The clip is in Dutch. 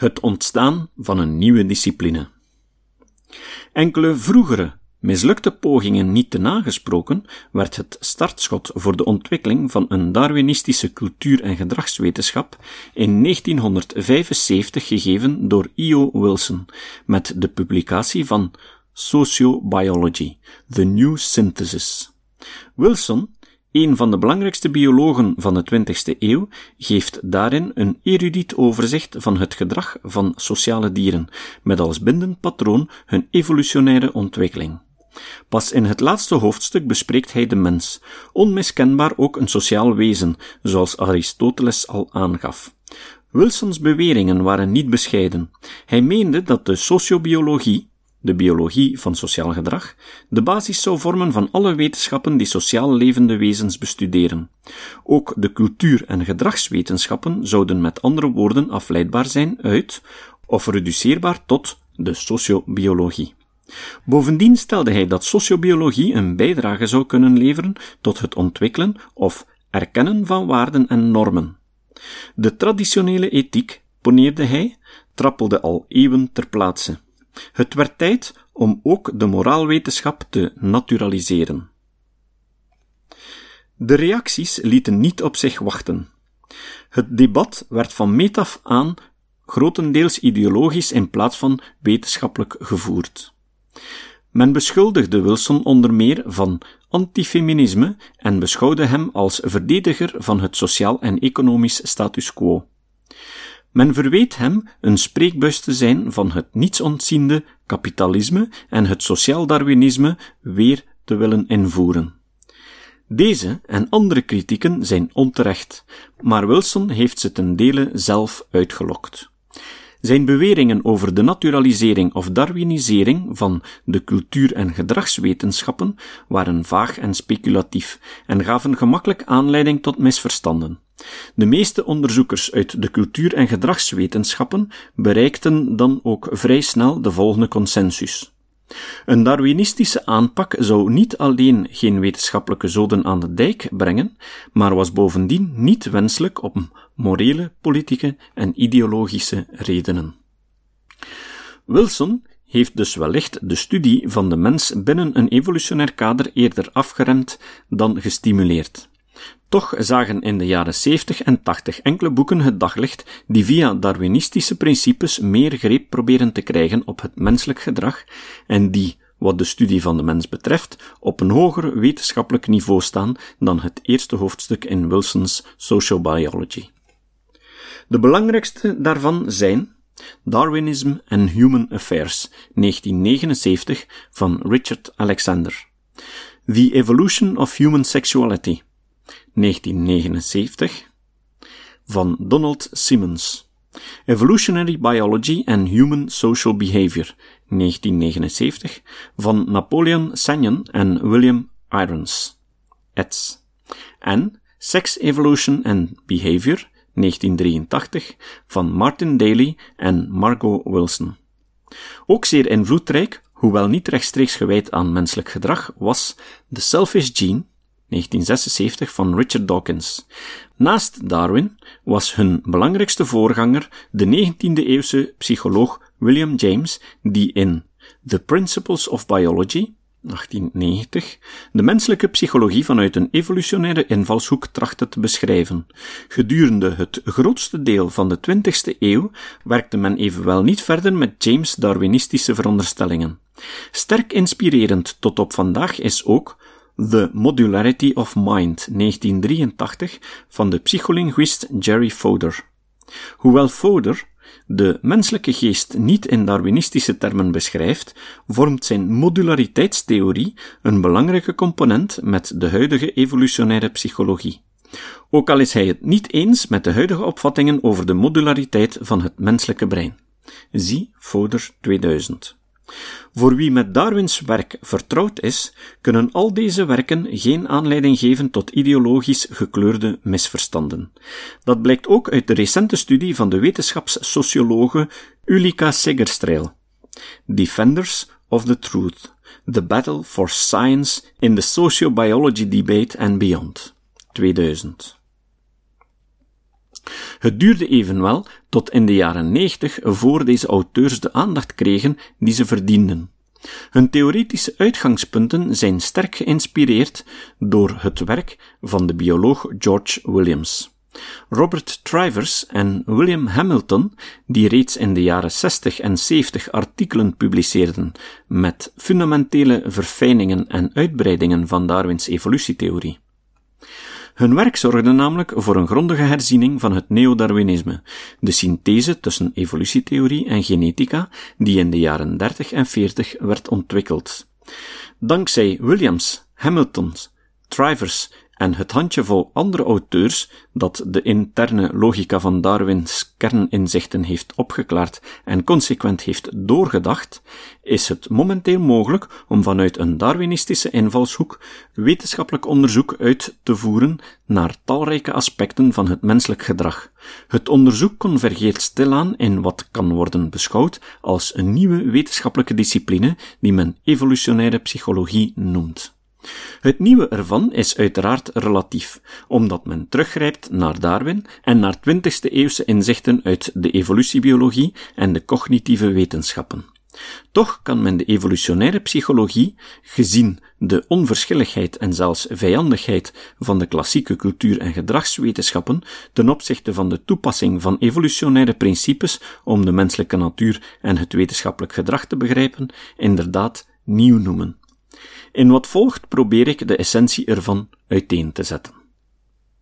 Het ontstaan van een nieuwe discipline. Enkele vroegere, mislukte pogingen niet te nagesproken, werd het startschot voor de ontwikkeling van een Darwinistische cultuur- en gedragswetenschap in 1975 gegeven door E.O. Wilson, met de publicatie van Sociobiology, The New Synthesis. Wilson, een van de belangrijkste biologen van de 20e eeuw, geeft daarin een erudiet overzicht van het gedrag van sociale dieren, met als bindend patroon hun evolutionaire ontwikkeling. Pas in het laatste hoofdstuk bespreekt hij de mens, onmiskenbaar ook een sociaal wezen, zoals Aristoteles al aangaf. Wilsons beweringen waren niet bescheiden. Hij meende dat de sociobiologie, de biologie van sociaal gedrag, de basis zou vormen van alle wetenschappen die sociaal levende wezens bestuderen. Ook de cultuur- en gedragswetenschappen zouden met andere woorden afleidbaar zijn uit, of reduceerbaar tot, de sociobiologie. Bovendien stelde hij dat sociobiologie een bijdrage zou kunnen leveren tot het ontwikkelen of erkennen van waarden en normen. De traditionele ethiek, poneerde hij, trappelde al eeuwen ter plaatse. Het werd tijd om ook de moraalwetenschap te naturaliseren. De reacties lieten niet op zich wachten. Het debat werd van meet af aan grotendeels ideologisch in plaats van wetenschappelijk gevoerd. Men beschuldigde Wilson onder meer van antifeminisme en beschouwde hem als verdediger van het sociaal en economisch status quo. Men verweet hem een spreekbuis te zijn van het nietsontziende kapitalisme en het sociaal darwinisme weer te willen invoeren. Deze en andere kritieken zijn onterecht, maar Wilson heeft ze ten dele zelf uitgelokt. Zijn beweringen over de naturalisering of darwinisering van de cultuur- en gedragswetenschappen waren vaag en speculatief en gaven gemakkelijk aanleiding tot misverstanden. De meeste onderzoekers uit de cultuur- en gedragswetenschappen bereikten dan ook vrij snel de volgende consensus. Een darwinistische aanpak zou niet alleen geen wetenschappelijke zoden aan de dijk brengen, maar was bovendien niet wenselijk om morele, politieke en ideologische redenen. Wilson heeft dus wellicht de studie van de mens binnen een evolutionair kader eerder afgeremd dan gestimuleerd. Toch zagen in de jaren 70 en 80 enkele boeken het daglicht die via darwinistische principes meer greep proberen te krijgen op het menselijk gedrag en die, wat de studie van de mens betreft, op een hoger wetenschappelijk niveau staan dan het eerste hoofdstuk in Wilson's Sociobiology. De belangrijkste daarvan zijn Darwinism and Human Affairs, 1979, van Richard Alexander. The Evolution of Human Sexuality, 1979, van Donald Simmons. Evolutionary Biology and Human Social Behavior, 1979, van Napoleon Sagnon en William Irons, eds. En Sex Evolution and Behavior, 1983, van Martin Daly en Margot Wilson. Ook zeer invloedrijk, hoewel niet rechtstreeks gewijd aan menselijk gedrag, was The Selfish Gene, 1976, van Richard Dawkins. Naast Darwin was hun belangrijkste voorganger de 19e-eeuwse psycholoog William James, die in The Principles of Biology, 1890, de menselijke psychologie vanuit een evolutionaire invalshoek trachtte te beschrijven. Gedurende het grootste deel van de 20e eeuw werkte men evenwel niet verder met James' darwinistische veronderstellingen. Sterk inspirerend tot op vandaag is ook The Modularity of Mind, 1983, van de psycholinguïst Jerry Fodor. Hoewel Fodor de menselijke geest niet in darwinistische termen beschrijft, vormt zijn modulariteitstheorie een belangrijke component met de huidige evolutionaire psychologie. Ook al is hij het niet eens met de huidige opvattingen over de modulariteit van het menselijke brein. Zie Fodor 2000. Voor wie met Darwins werk vertrouwd is, kunnen al deze werken geen aanleiding geven tot ideologisch gekleurde misverstanden. Dat blijkt ook uit de recente studie van de wetenschapssociologe Ulrika Segerstrel, Defenders of the Truth, The Battle for Science in the Sociobiology Debate and Beyond, 2000. Het duurde evenwel tot in de jaren 90 voor deze auteurs de aandacht kregen die ze verdienden. Hun theoretische uitgangspunten zijn sterk geïnspireerd door het werk van de bioloog George Williams. Robert Trivers en William Hamilton, die reeds in de jaren 60 en 70 artikelen publiceerden met fundamentele verfijningen en uitbreidingen van Darwins evolutietheorie. Hun werk zorgde namelijk voor een grondige herziening van het neodarwinisme, de synthese tussen evolutietheorie en genetica, die in de jaren 30 en 40 werd ontwikkeld. Dankzij Williams, Hamiltons, Trivers en het handjevol andere auteurs dat de interne logica van Darwins kerninzichten heeft opgeklaard en consequent heeft doorgedacht, is het momenteel mogelijk om vanuit een Darwinistische invalshoek wetenschappelijk onderzoek uit te voeren naar talrijke aspecten van het menselijk gedrag. Het onderzoek convergeert stilaan in wat kan worden beschouwd als een nieuwe wetenschappelijke discipline die men evolutionaire psychologie noemt. Het nieuwe ervan is uiteraard relatief, omdat men teruggrijpt naar Darwin en naar 20e-eeuwse inzichten uit de evolutiebiologie en de cognitieve wetenschappen. Toch kan men de evolutionaire psychologie, gezien de onverschilligheid en zelfs vijandigheid van de klassieke cultuur- en gedragswetenschappen ten opzichte van de toepassing van evolutionaire principes om de menselijke natuur en het wetenschappelijk gedrag te begrijpen, inderdaad nieuw noemen. In wat volgt probeer ik de essentie ervan uiteen te zetten.